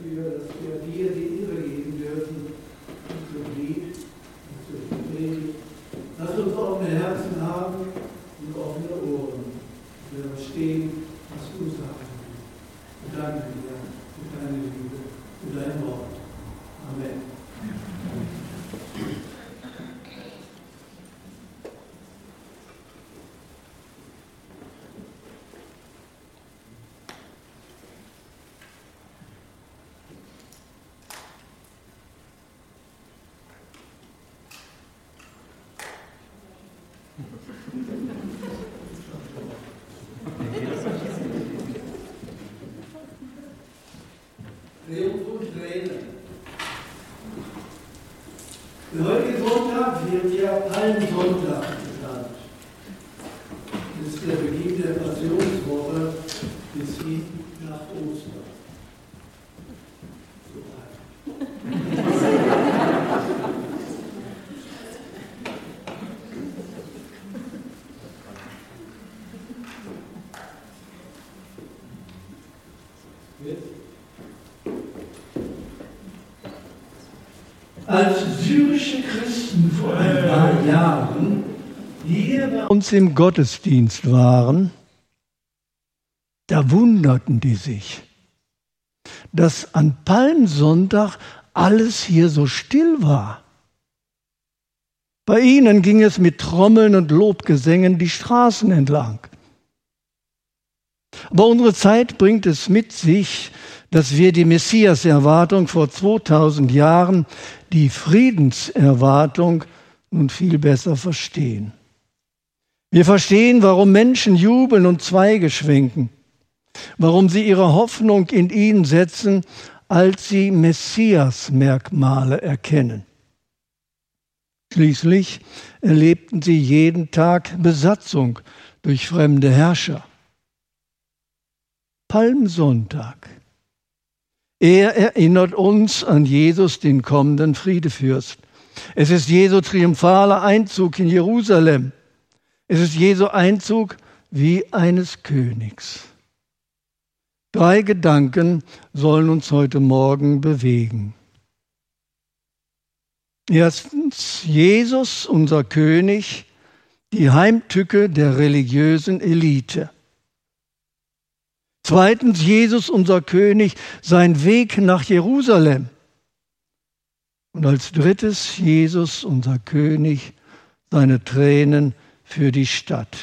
dafür, dass wir dir die Ehre geben dürfen, zum Lied und zur Predigt. Lass uns offene Herzen haben und offene Ohren. Wir verstehen, was du sagen willst. Wir danken dir für deine Liebe, für dein Wort. Amen. Der heutige Sonntag wird ja Palmsonntag genannt. Das ist der Beginn der Passionswoche bis hin nach Ostern. Als syrische Christen vor ein paar Jahren hier bei uns im Gottesdienst waren, da wunderten die sich, dass an Palmsonntag alles hier so still war. Bei ihnen ging es mit Trommeln und Lobgesängen die Straßen entlang. Aber unsere Zeit bringt es mit sich, dass wir die Messias-Erwartung vor 2000 Jahren, die Friedenserwartung, nun viel besser verstehen. Wir verstehen, warum Menschen jubeln und Zweige schwenken, warum sie ihre Hoffnung in ihn setzen, als sie Messias-Merkmale erkennen. Schließlich erlebten sie jeden Tag Besatzung durch fremde Herrscher. Palmsonntag. Er erinnert uns an Jesus, den kommenden Friedefürst. Es ist Jesu triumphaler Einzug in Jerusalem. Es ist Jesu Einzug wie eines Königs. 3 Gedanken sollen uns heute Morgen bewegen. Erstens, Jesus, unser König, die Heimtücke der religiösen Elite. Zweitens, Jesus, unser König, sein Weg nach Jerusalem. Und als drittes, Jesus, unser König, seine Tränen für die Stadt.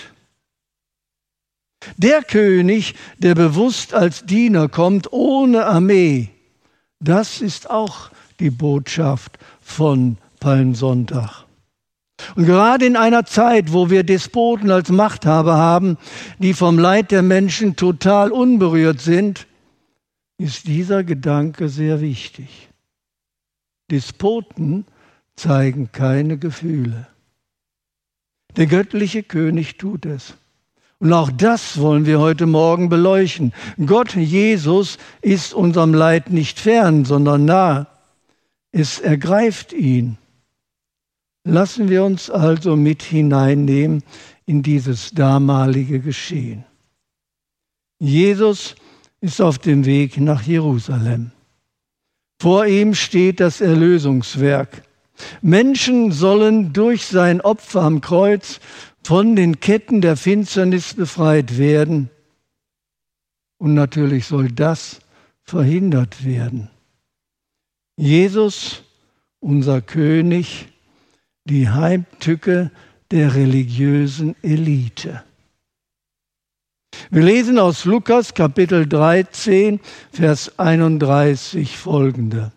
Der König, der bewusst als Diener kommt, ohne Armee, das ist auch die Botschaft von Palmsonntag. Und gerade in einer Zeit, wo wir Despoten als Machthaber haben, die vom Leid der Menschen total unberührt sind, ist dieser Gedanke sehr wichtig. Despoten zeigen keine Gefühle. Der göttliche König tut es. Und auch das wollen wir heute Morgen beleuchten. Gott, Jesus, ist unserem Leid nicht fern, sondern nah. Es ergreift ihn. Lassen wir uns also mit hineinnehmen in dieses damalige Geschehen. Jesus ist auf dem Weg nach Jerusalem. Vor ihm steht das Erlösungswerk. Menschen sollen durch sein Opfer am Kreuz von den Ketten der Finsternis befreit werden. Und natürlich soll das verhindert werden. Jesus, unser König, die Heimtücke der religiösen Elite. Wir lesen aus Lukas Kapitel 13, Vers 31 folgende.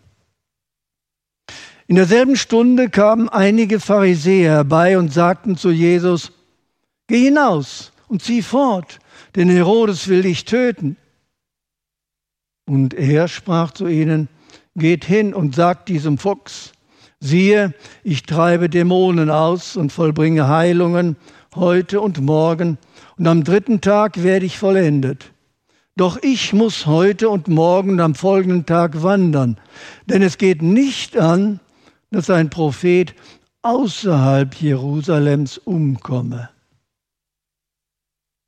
In derselben Stunde kamen einige Pharisäer herbei und sagten zu Jesus: Geh hinaus und zieh fort, denn Herodes will dich töten. Und er sprach zu ihnen: Geht hin und sagt diesem Fuchs: Siehe, ich treibe Dämonen aus und vollbringe Heilungen heute und morgen, und am 3. Tag werde ich vollendet. Doch ich muss heute und morgen und am folgenden Tag wandern, denn es geht nicht an, dass ein Prophet außerhalb Jerusalems umkomme.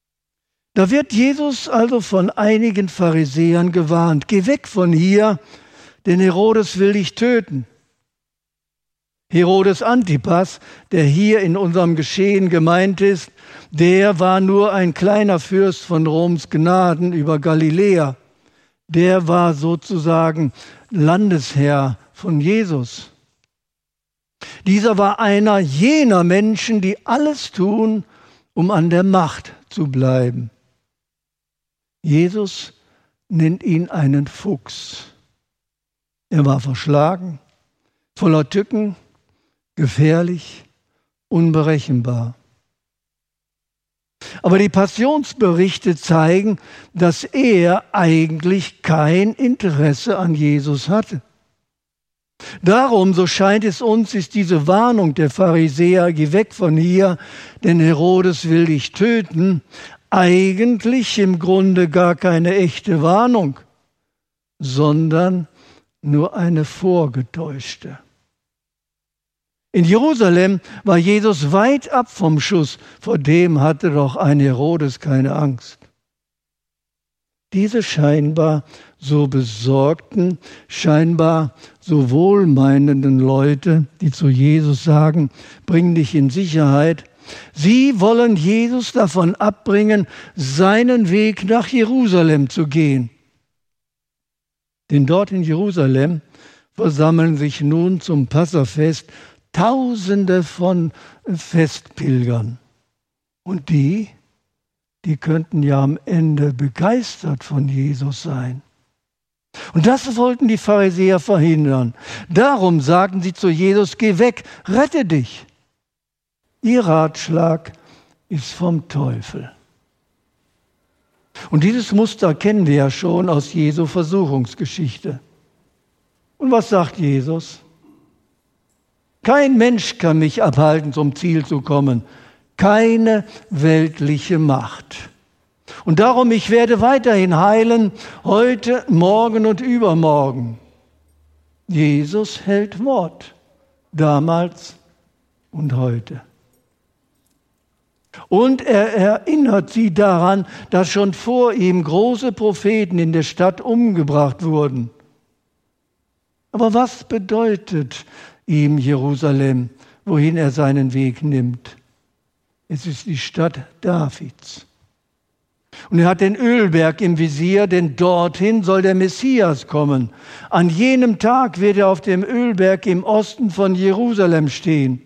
Da wird Jesus also von einigen Pharisäern gewarnt: Geh weg von hier, denn Herodes will dich töten. Herodes Antipas, der hier in unserem Geschehen gemeint ist, der war nur ein kleiner Fürst von Roms Gnaden über Galiläa. Der war sozusagen Landesherr von Jesus. Dieser war einer jener Menschen, die alles tun, um an der Macht zu bleiben. Jesus nennt ihn einen Fuchs. Er war verschlagen, voller Tücken, gefährlich, unberechenbar. Aber die Passionsberichte zeigen, dass er eigentlich kein Interesse an Jesus hatte. Darum, so scheint es uns, ist diese Warnung der Pharisäer, geh weg von hier, denn Herodes will dich töten, eigentlich im Grunde gar keine echte Warnung, sondern nur eine vorgetäuschte. In Jerusalem war Jesus weit ab vom Schuss, vor dem hatte doch ein Herodes keine Angst. Diese scheinbar so besorgten, scheinbar so wohlmeinenden Leute, die zu Jesus sagen, bring dich in Sicherheit, sie wollen Jesus davon abbringen, seinen Weg nach Jerusalem zu gehen. Denn dort in Jerusalem versammeln sich nun zum Passafest Tausende von Festpilgern. Und die könnten ja am Ende begeistert von Jesus sein. Und das wollten die Pharisäer verhindern. Darum sagten sie zu Jesus, geh weg, rette dich. Ihr Ratschlag ist vom Teufel. Und dieses Muster kennen wir ja schon aus Jesu Versuchungsgeschichte. Und was sagt Jesus? Kein Mensch kann mich abhalten, zum Ziel zu kommen. Keine weltliche Macht. Und darum, ich werde weiterhin heilen, heute, morgen und übermorgen. Jesus hält Wort, damals und heute. Und er erinnert sie daran, dass schon vor ihm große Propheten in der Stadt umgebracht wurden. Aber was bedeutet ihm Jerusalem, wohin er seinen Weg nimmt? Es ist die Stadt Davids. Und er hat den Ölberg im Visier, denn dorthin soll der Messias kommen. An jenem Tag wird er auf dem Ölberg im Osten von Jerusalem stehen.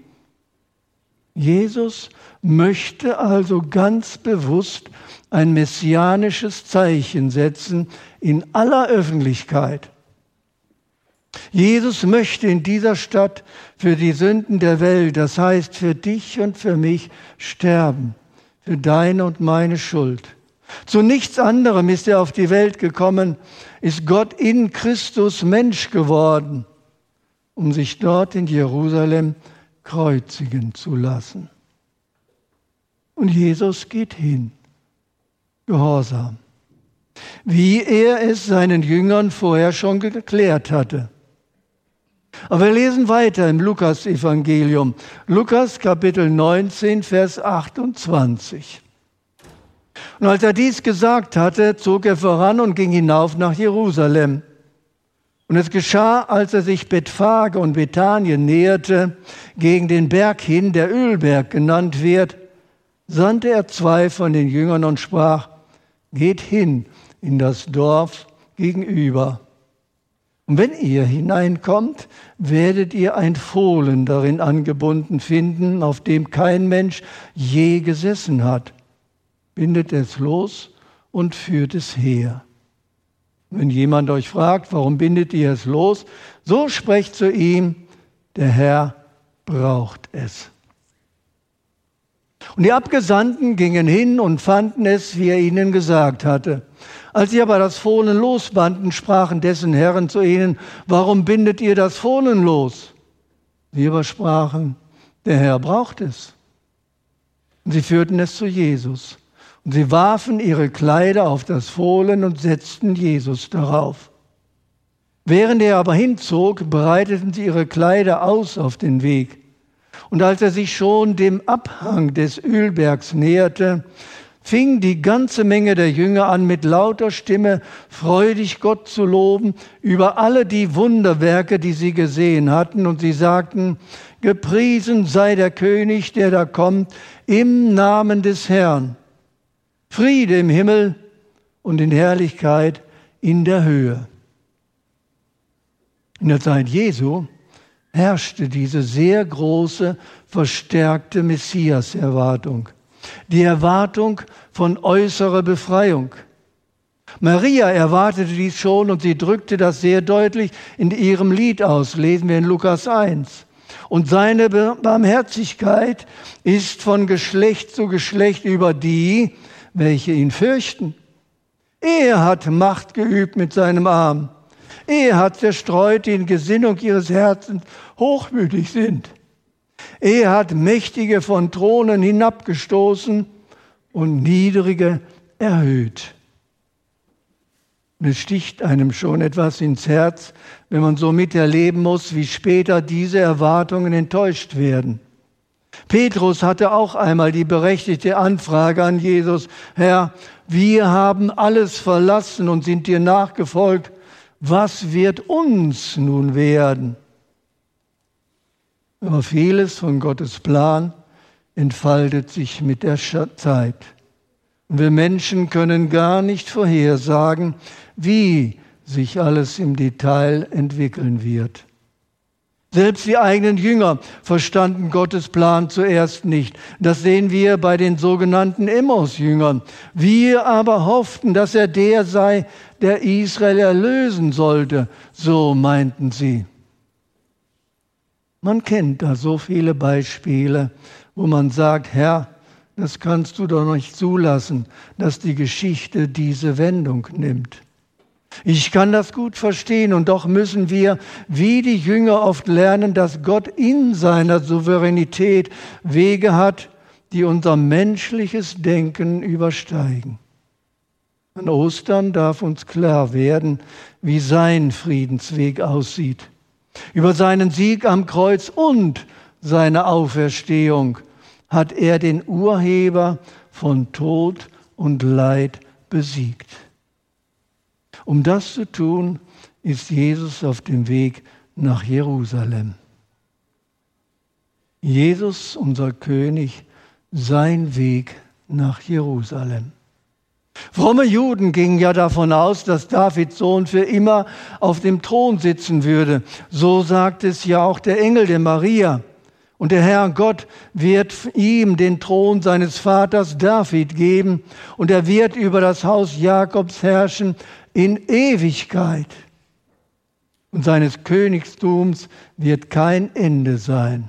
Jesus möchte also ganz bewusst ein messianisches Zeichen setzen in aller Öffentlichkeit. Jesus möchte in dieser Stadt für die Sünden der Welt, das heißt für dich und für mich, sterben, für deine und meine Schuld. Zu nichts anderem ist er auf die Welt gekommen, ist Gott in Christus Mensch geworden, um sich dort in Jerusalem kreuzigen zu lassen. Und Jesus geht hin, gehorsam, wie er es seinen Jüngern vorher schon geklärt hatte. Aber wir lesen weiter im Lukas-Evangelium. Lukas Kapitel 19, Vers 28. Und als er dies gesagt hatte, zog er voran und ging hinauf nach Jerusalem. Und es geschah, als er sich Bethphage und Bethanien näherte, gegen den Berg hin, der Ölberg genannt wird, sandte er 2 von den Jüngern und sprach, geht hin in das Dorf gegenüber. Und wenn ihr hineinkommt, werdet ihr ein Fohlen darin angebunden finden, auf dem kein Mensch je gesessen hat. Bindet es los und führt es her. Wenn jemand euch fragt, warum bindet ihr es los, so sprecht zu ihm, der Herr braucht es. Und die Abgesandten gingen hin und fanden es, wie er ihnen gesagt hatte. Als sie aber das Fohlen losbanden, sprachen dessen Herren zu ihnen, warum bindet ihr das Fohlen los? Sie aber sprachen, der Herr braucht es. Und sie führten es zu Jesus. Und sie warfen ihre Kleider auf das Fohlen und setzten Jesus darauf. Während er aber hinzog, breiteten sie ihre Kleider aus auf den Weg. Und als er sich schon dem Abhang des Ölbergs näherte, fing die ganze Menge der Jünger an, mit lauter Stimme freudig Gott zu loben über alle die Wunderwerke, die sie gesehen hatten. Und sie sagten, gepriesen sei der König, der da kommt, im Namen des Herrn. Friede im Himmel und in Herrlichkeit in der Höhe. In der Zeit Jesu herrschte diese sehr große, verstärkte Messias-Erwartung. Die Erwartung von äußerer Befreiung. Maria erwartete dies schon und sie drückte das sehr deutlich in ihrem Lied aus, lesen wir in Lukas 1. Und seine Barmherzigkeit ist von Geschlecht zu Geschlecht über die, welche ihn fürchten. Er hat Macht geübt mit seinem Arm. Er hat zerstreut, die in Gesinnung ihres Herzens hochmütig sind. Er hat Mächtige von Thronen hinabgestoßen und Niedrige erhöht. Und es sticht einem schon etwas ins Herz, wenn man so miterleben muss, wie später diese Erwartungen enttäuscht werden. Petrus hatte auch einmal die berechtigte Anfrage an Jesus: Herr, wir haben alles verlassen und sind dir nachgefolgt. Was wird uns nun werden? Aber vieles von Gottes Plan entfaltet sich mit der Zeit. Und wir Menschen können gar nicht vorhersagen, wie sich alles im Detail entwickeln wird. Selbst die eigenen Jünger verstanden Gottes Plan zuerst nicht. Das sehen wir bei den sogenannten Emmaus-Jüngern. Wir aber hofften, dass er der sei, der Israel erlösen sollte. So meinten sie. Man kennt da so viele Beispiele, wo man sagt, Herr, das kannst du doch nicht zulassen, dass die Geschichte diese Wendung nimmt. Ich kann das gut verstehen und doch müssen wir, wie die Jünger, oft lernen, dass Gott in seiner Souveränität Wege hat, die unser menschliches Denken übersteigen. An Ostern darf uns klar werden, wie sein Friedensweg aussieht. Über seinen Sieg am Kreuz und seine Auferstehung hat er den Urheber von Tod und Leid besiegt. Um das zu tun, ist Jesus auf dem Weg nach Jerusalem. Jesus, unser König, sein Weg nach Jerusalem. Fromme Juden gingen ja davon aus, dass Davids Sohn für immer auf dem Thron sitzen würde. So sagt es ja auch der Engel der Maria. Und der Herr Gott wird ihm den Thron seines Vaters David geben und er wird über das Haus Jakobs herrschen in Ewigkeit. Und seines Königtums wird kein Ende sein.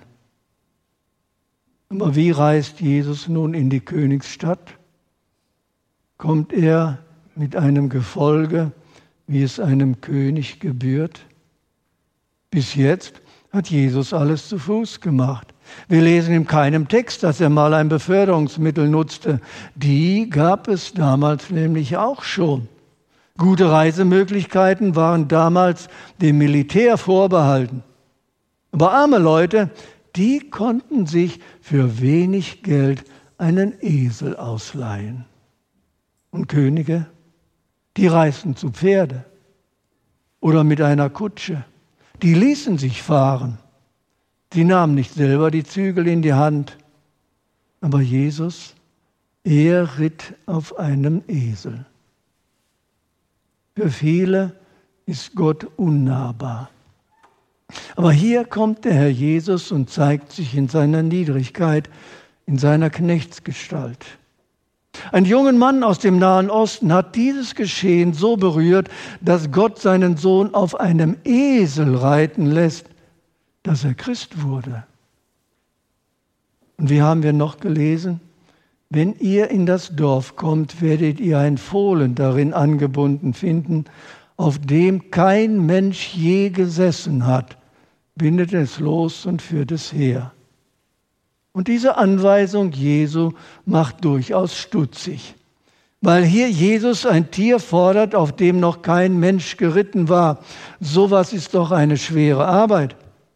Aber wie reist Jesus nun in die Königsstadt? Kommt er mit einem Gefolge, wie es einem König gebührt? Bis jetzt hat Jesus alles zu Fuß gemacht. Wir lesen in keinem Text, dass er mal ein Beförderungsmittel nutzte. Die gab es damals nämlich auch schon. Gute Reisemöglichkeiten waren damals dem Militär vorbehalten. Aber arme Leute, die konnten sich für wenig Geld einen Esel ausleihen. Und Könige, die reisten zu Pferde oder mit einer Kutsche. Die ließen sich fahren. Die nahmen nicht selber die Zügel in die Hand. Aber Jesus, er ritt auf einem Esel. Für viele ist Gott unnahbar. Aber hier kommt der Herr Jesus und zeigt sich in seiner Niedrigkeit, in seiner Knechtsgestalt. Ein junger Mann aus dem Nahen Osten hat dieses Geschehen so berührt, dass Gott seinen Sohn auf einem Esel reiten lässt, dass er Christ wurde. Und wie haben wir noch gelesen? Wenn ihr in das Dorf kommt, werdet ihr ein Fohlen darin angebunden finden, auf dem kein Mensch je gesessen hat. Bindet es los und führt es her. Und diese Anweisung Jesu macht durchaus stutzig, weil hier Jesus ein Tier fordert, auf dem noch kein Mensch geritten war. Sowas ist doch eine schwere Arbeit.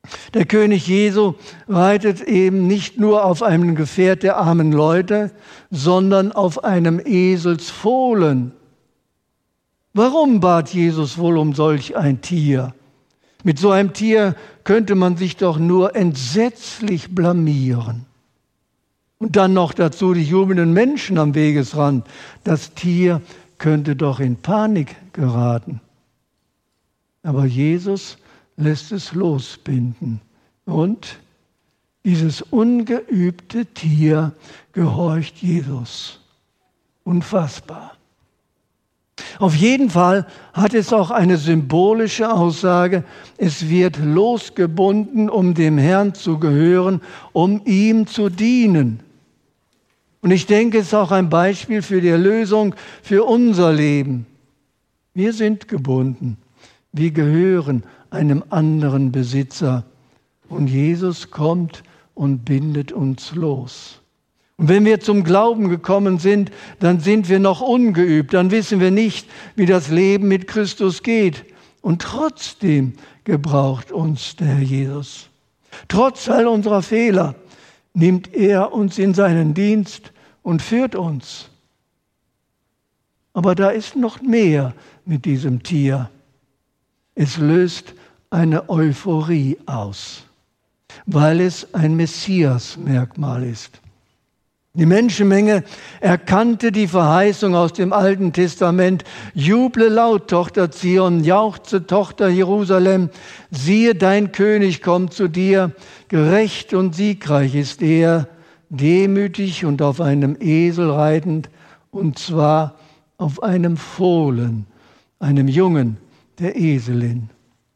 Der König Jesu reitet eben nicht nur auf einem Gefährt der armen Leute, sondern auf einem Eselsfohlen. Warum bat Jesus wohl um solch ein Tier? Mit so einem Tier könnte man sich doch nur entsetzlich blamieren. Und dann noch dazu die jubelnden Menschen am Wegesrand. Das Tier könnte doch in Panik geraten. Aber Jesus lässt es losbinden. Und dieses ungeübte Tier gehorcht Jesus. Unfassbar. Auf jeden Fall hat es auch eine symbolische Aussage. Es wird losgebunden, um dem Herrn zu gehören, um ihm zu dienen. Und ich denke, es ist auch ein Beispiel für die Erlösung, für unser Leben. Wir sind gebunden. Wir gehören einem anderen Besitzer. Und Jesus kommt und bindet uns los. Und wenn wir zum Glauben gekommen sind, dann sind wir noch ungeübt. Dann wissen wir nicht, wie das Leben mit Christus geht. Und trotzdem gebraucht uns der Herr Jesus. Trotz all unserer Fehler nimmt er uns in seinen Dienst und führt uns. Aber da ist noch mehr mit diesem Tier. Es löst eine Euphorie aus, weil es ein Messias-Merkmal ist. Die Menschenmenge erkannte die Verheißung aus dem Alten Testament. Juble laut, Tochter Zion, jauchze, Tochter Jerusalem. Siehe, dein König kommt zu dir. Gerecht und siegreich ist er, demütig und auf einem Esel reitend, und zwar auf einem Fohlen, einem Jungen der Eselin.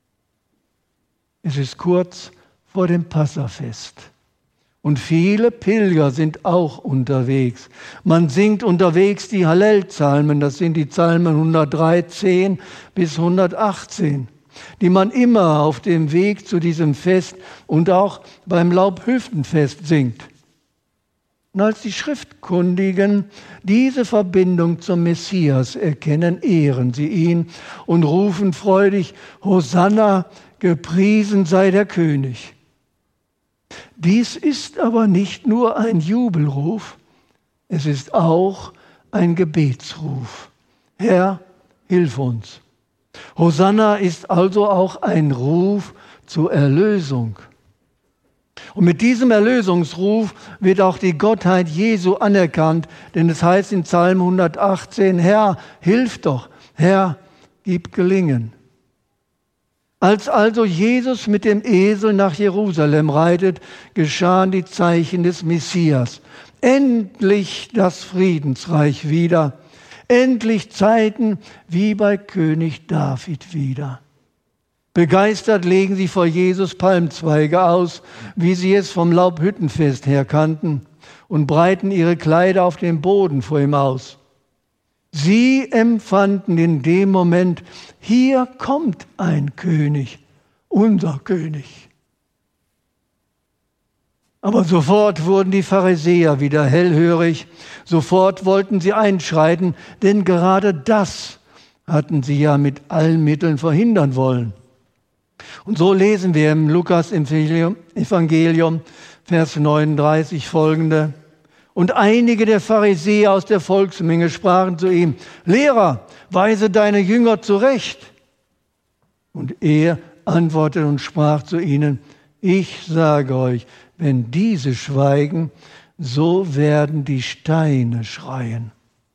Es ist kurz vor dem Passafest. Und viele Pilger sind auch unterwegs. Man singt unterwegs die Hallel-Psalmen, das sind die Psalmen 113 bis 118, die man immer auf dem Weg zu diesem Fest und auch beim Laubhüftenfest singt. Und als die Schriftkundigen diese Verbindung zum Messias erkennen, ehren sie ihn und rufen freudig: Hosanna, gepriesen sei der König. Dies ist aber nicht nur ein Jubelruf, es ist auch ein Gebetsruf. Herr, hilf uns. Hosanna ist also auch ein Ruf zur Erlösung. Und mit diesem Erlösungsruf wird auch die Gottheit Jesu anerkannt, denn es heißt in Psalm 118, Herr, hilf doch, Herr, gib Gelingen. Als also Jesus mit dem Esel nach Jerusalem reitet, geschahen die Zeichen des Messias. Endlich das Friedensreich wieder. Endlich Zeiten wie bei König David wieder. Begeistert legen sie vor Jesus Palmzweige aus, wie sie es vom Laubhüttenfest her kannten, und breiten ihre Kleider auf dem Boden vor ihm aus. Sie empfanden in dem Moment, hier kommt ein König, unser König. Aber sofort wurden die Pharisäer wieder hellhörig, sofort wollten sie einschreiten, denn gerade das hatten sie ja mit allen Mitteln verhindern wollen. Und so lesen wir im Lukas-Evangelium, Vers 39 folgende: Und einige der Pharisäer aus der Volksmenge sprachen zu ihm: Lehrer, weise deine Jünger zurecht. Und er antwortete und sprach zu ihnen: Ich sage euch, wenn diese schweigen, so werden die Steine schreien.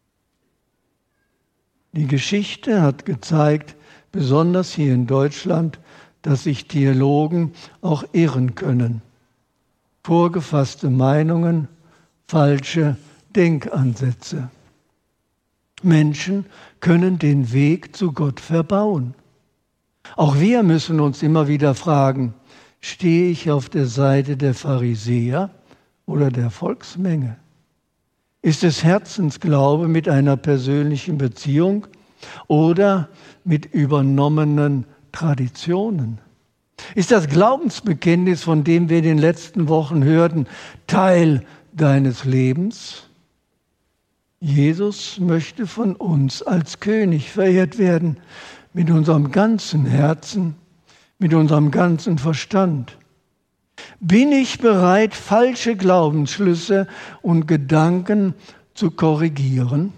Die Geschichte hat gezeigt, besonders hier in Deutschland, dass sich Theologen auch irren können. Vorgefasste Meinungen, falsche Denkansätze. Menschen können den Weg zu Gott verbauen. Auch wir müssen uns immer wieder fragen, stehe ich auf der Seite der Pharisäer oder der Volksmenge? Ist es Herzensglaube mit einer persönlichen Beziehung oder mit übernommenen Traditionen? Ist das Glaubensbekenntnis, von dem wir in den letzten Wochen hörten, Teil deines Lebens? Jesus möchte von uns als König verehrt werden, mit unserem ganzen Herzen, mit unserem ganzen Verstand. Bin ich bereit, falsche Glaubensschlüsse und Gedanken zu korrigieren?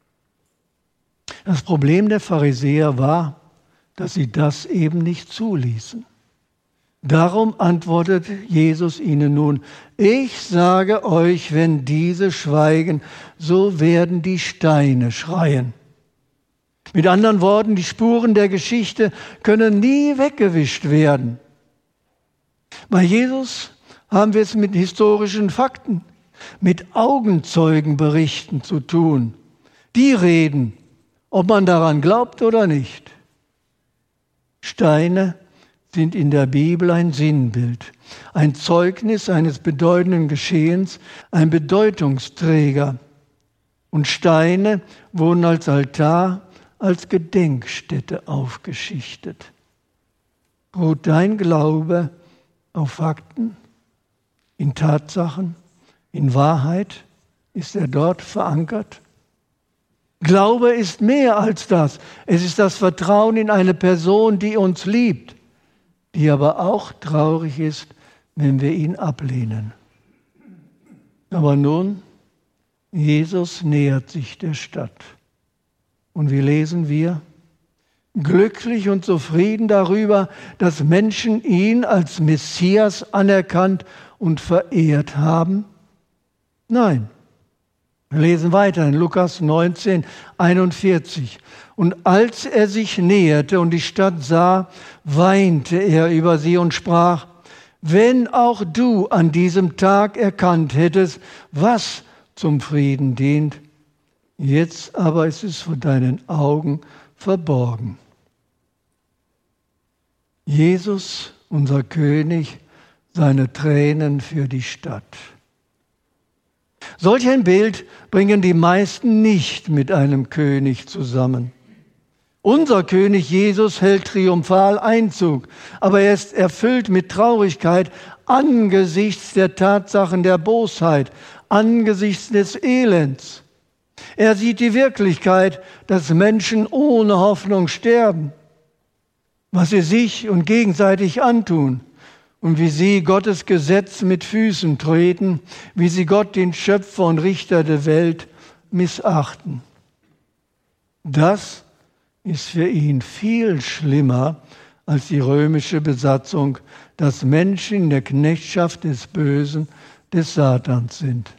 Das Problem der Pharisäer war, dass sie das eben nicht zuließen. Darum antwortet Jesus ihnen nun: Ich sage euch, wenn diese schweigen, so werden die Steine schreien. Mit anderen Worten, die Spuren der Geschichte können nie weggewischt werden. Bei Jesus haben wir es mit historischen Fakten, mit Augenzeugenberichten zu tun. Die reden, ob man daran glaubt oder nicht. Steine sind in der Bibel ein Sinnbild, ein Zeugnis eines bedeutenden Geschehens, ein Bedeutungsträger. Und Steine wurden als Altar, als Gedenkstätte aufgeschichtet. Ruht dein Glaube auf Fakten, in Tatsachen, in Wahrheit? Ist er dort verankert? Glaube ist mehr als das. Es ist das Vertrauen in eine Person, die uns liebt, die aber auch traurig ist, wenn wir ihn ablehnen. Aber nun, Jesus nähert sich der Stadt. Und wie lesen wir? Glücklich und zufrieden darüber, dass Menschen ihn als Messias anerkannt und verehrt haben? Nein. Wir lesen weiter in Lukas 19, 41. Und als er sich näherte und die Stadt sah, weinte er über sie und sprach: Wenn auch du an diesem Tag erkannt hättest, was zum Frieden dient, jetzt aber ist es vor deinen Augen verborgen. Jesus, unser König, seine Tränen für die Stadt. Solch ein Bild bringen die meisten nicht mit einem König zusammen. Unser König Jesus hält triumphal Einzug, aber er ist erfüllt mit Traurigkeit angesichts der Tatsachen der Bosheit, angesichts des Elends. Er sieht die Wirklichkeit, dass Menschen ohne Hoffnung sterben, was sie sich und gegenseitig antun und wie sie Gottes Gesetz mit Füßen treten, wie sie Gott, den Schöpfer und Richter der Welt, missachten. Das ist für ihn viel schlimmer als die römische Besatzung, dass Menschen in der Knechtschaft des Bösen, des Satans sind.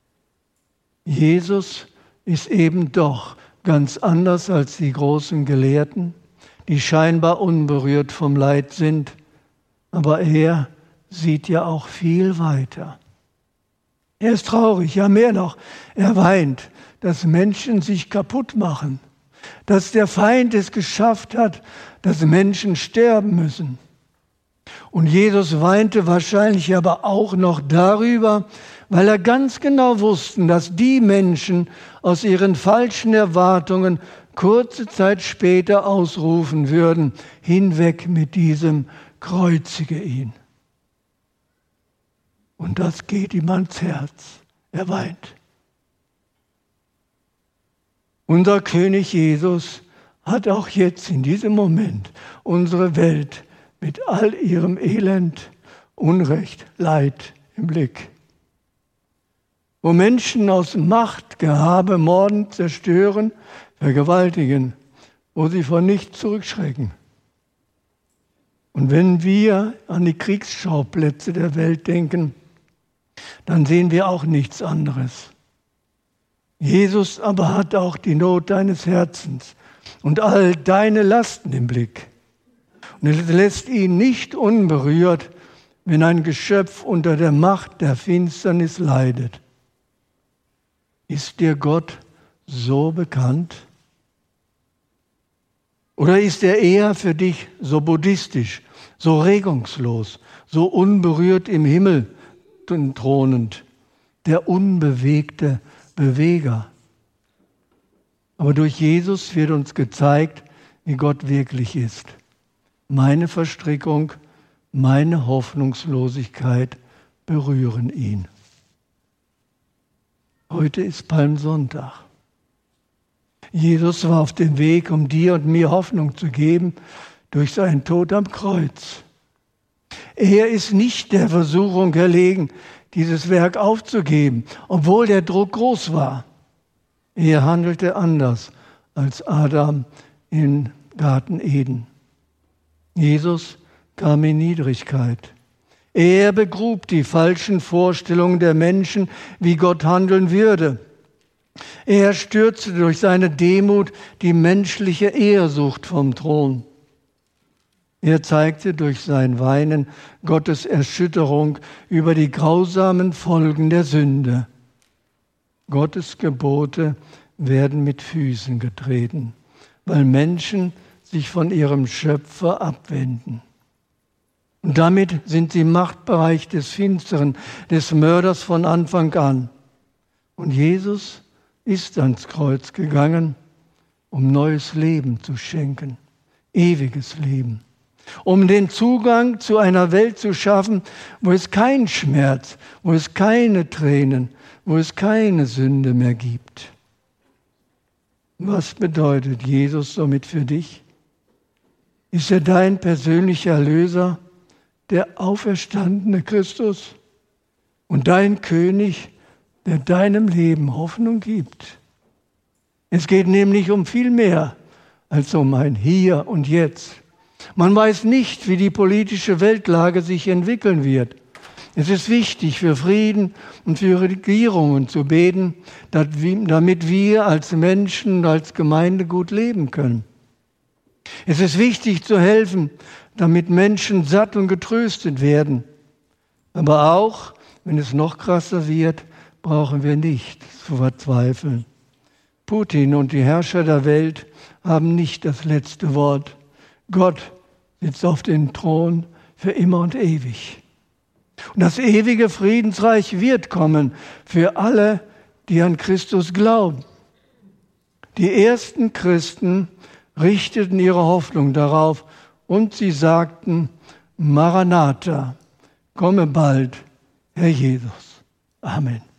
Jesus ist eben doch ganz anders als die großen Gelehrten, die scheinbar unberührt vom Leid sind, aber er sieht ja auch viel weiter. Er ist traurig, ja mehr noch, er weint, dass Menschen sich kaputt machen, dass der Feind es geschafft hat, dass Menschen sterben müssen. Und Jesus weinte wahrscheinlich aber auch noch darüber, weil er ganz genau wusste, dass die Menschen aus ihren falschen Erwartungen kurze Zeit später ausrufen würden: Hinweg mit diesem, kreuzige ihn. Und das geht ihm ans Herz. Er weint. Unser König Jesus hat auch jetzt in diesem Moment unsere Welt mit all ihrem Elend, Unrecht, Leid im Blick. Wo Menschen aus Macht, Gehabe, morden, zerstören, vergewaltigen, wo sie vor nichts zurückschrecken. Und wenn wir an die Kriegsschauplätze der Welt denken, dann sehen wir auch nichts anderes. Jesus aber hat auch die Not deines Herzens und all deine Lasten im Blick. Und er lässt ihn nicht unberührt, wenn ein Geschöpf unter der Macht der Finsternis leidet. Ist dir Gott so bekannt? Oder ist er eher für dich so buddhistisch, so regungslos, so unberührt im Himmel thronend, der unbewegte Beweger? Aber durch Jesus wird uns gezeigt, wie Gott wirklich ist. Meine Verstrickung, meine Hoffnungslosigkeit berühren ihn. Heute ist Palmsonntag. Jesus war auf dem Weg, um dir und mir Hoffnung zu geben durch seinen Tod am Kreuz. Er ist nicht der Versuchung erlegen, dieses Werk aufzugeben, obwohl der Druck groß war. Er handelte anders als Adam im Garten Eden. Jesus kam in Niedrigkeit. Er begrub die falschen Vorstellungen der Menschen, wie Gott handeln würde. Er stürzte durch seine Demut die menschliche Ehrsucht vom Thron. Er zeigte durch sein Weinen Gottes Erschütterung über die grausamen Folgen der Sünde. Gottes Gebote werden mit Füßen getreten, weil Menschen sich von ihrem Schöpfer abwenden. Und damit sind sie im Machtbereich des Finsteren, des Mörders von Anfang an. Und Jesus ist ans Kreuz gegangen, um neues Leben zu schenken, ewiges Leben, um den Zugang zu einer Welt zu schaffen, wo es keinen Schmerz, wo es keine Tränen, wo es keine Sünde mehr gibt. Was bedeutet Jesus somit für dich? Ist er dein persönlicher Erlöser, der auferstandene Christus und dein König, der deinem Leben Hoffnung gibt? Es geht nämlich um viel mehr als um ein Hier und Jetzt. Man weiß nicht, wie die politische Weltlage sich entwickeln wird. Es ist wichtig für Frieden und für Regierungen zu beten, damit wir als Menschen und als Gemeinde gut leben können. Es ist wichtig zu helfen, damit Menschen satt und getröstet werden. Aber auch, wenn es noch krasser wird, brauchen wir nicht zu verzweifeln. Putin und die Herrscher der Welt haben nicht das letzte Wort. Gott sitzt auf dem Thron für immer und ewig. Und das ewige Friedensreich wird kommen für alle, die an Christus glauben. Die ersten Christen richteten ihre Hoffnung darauf und sie sagten, Maranatha, komme bald, Herr Jesus. Amen.